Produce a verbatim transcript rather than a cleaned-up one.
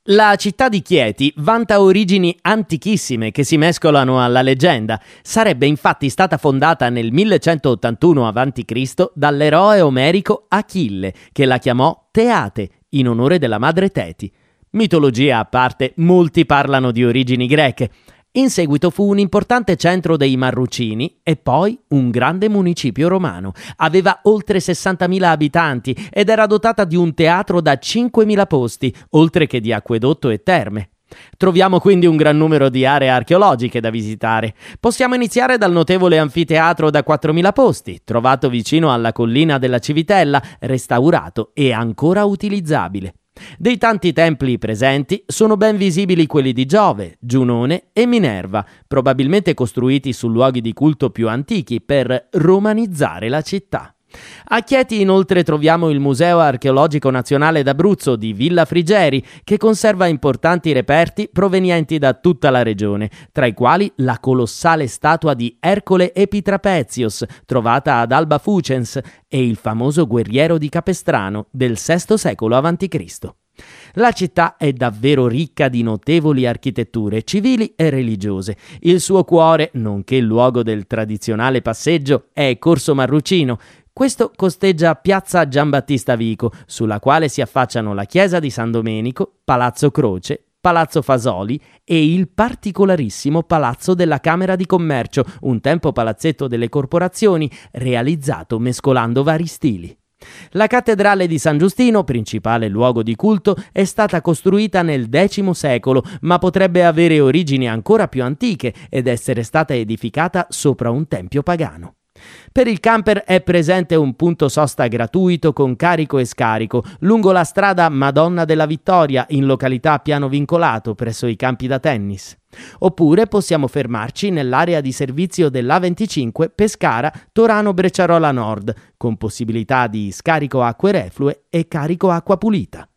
La città di Chieti vanta origini antichissime che si mescolano alla leggenda. Sarebbe infatti stata fondata nel millecentottantuno avanti Cristo dall'eroe omerico Achille, che la chiamò Teate, in onore della madre Teti. Mitologia a parte, molti parlano di origini greche. In seguito fu un importante centro dei Marrucini e poi un grande municipio romano. Aveva oltre sessantamila abitanti ed era dotata di un teatro da cinquemila posti, oltre che di acquedotto e terme. Troviamo quindi un gran numero di aree archeologiche da visitare. Possiamo iniziare dal notevole anfiteatro da quattromila posti, trovato vicino alla collina della Civitella, restaurato e ancora utilizzabile. Dei tanti templi presenti sono ben visibili quelli di Giove, Giunone e Minerva, probabilmente costruiti su luoghi di culto più antichi per romanizzare la città. A Chieti inoltre troviamo il Museo Archeologico Nazionale d'Abruzzo di Villa Frigeri, che conserva importanti reperti provenienti da tutta la regione, tra i quali la colossale statua di Ercole Epitrapezios, trovata ad Alba Fucens, e il famoso guerriero di Capestrano del sesto secolo avanti Cristo. La città è davvero ricca di notevoli architetture civili e religiose. Il suo cuore, nonché il luogo del tradizionale passeggio, è Corso Marrucino. Questo costeggia Piazza Giambattista Vico, sulla quale si affacciano la chiesa di San Domenico, Palazzo Croce, Palazzo Fasoli e il particolarissimo Palazzo della Camera di Commercio, un tempo palazzetto delle corporazioni, realizzato mescolando vari stili. La cattedrale di San Giustino, principale luogo di culto, è stata costruita nel X secolo, ma potrebbe avere origini ancora più antiche ed essere stata edificata sopra un tempio pagano. Per il camper è presente un punto sosta gratuito con carico e scarico lungo la strada Madonna della Vittoria in località Piano Vincolato presso i campi da tennis. Oppure possiamo fermarci nell'area di servizio dell'A venticinque Pescara-Torano-Brecciarola Nord con possibilità di scarico acque reflue e carico acqua pulita.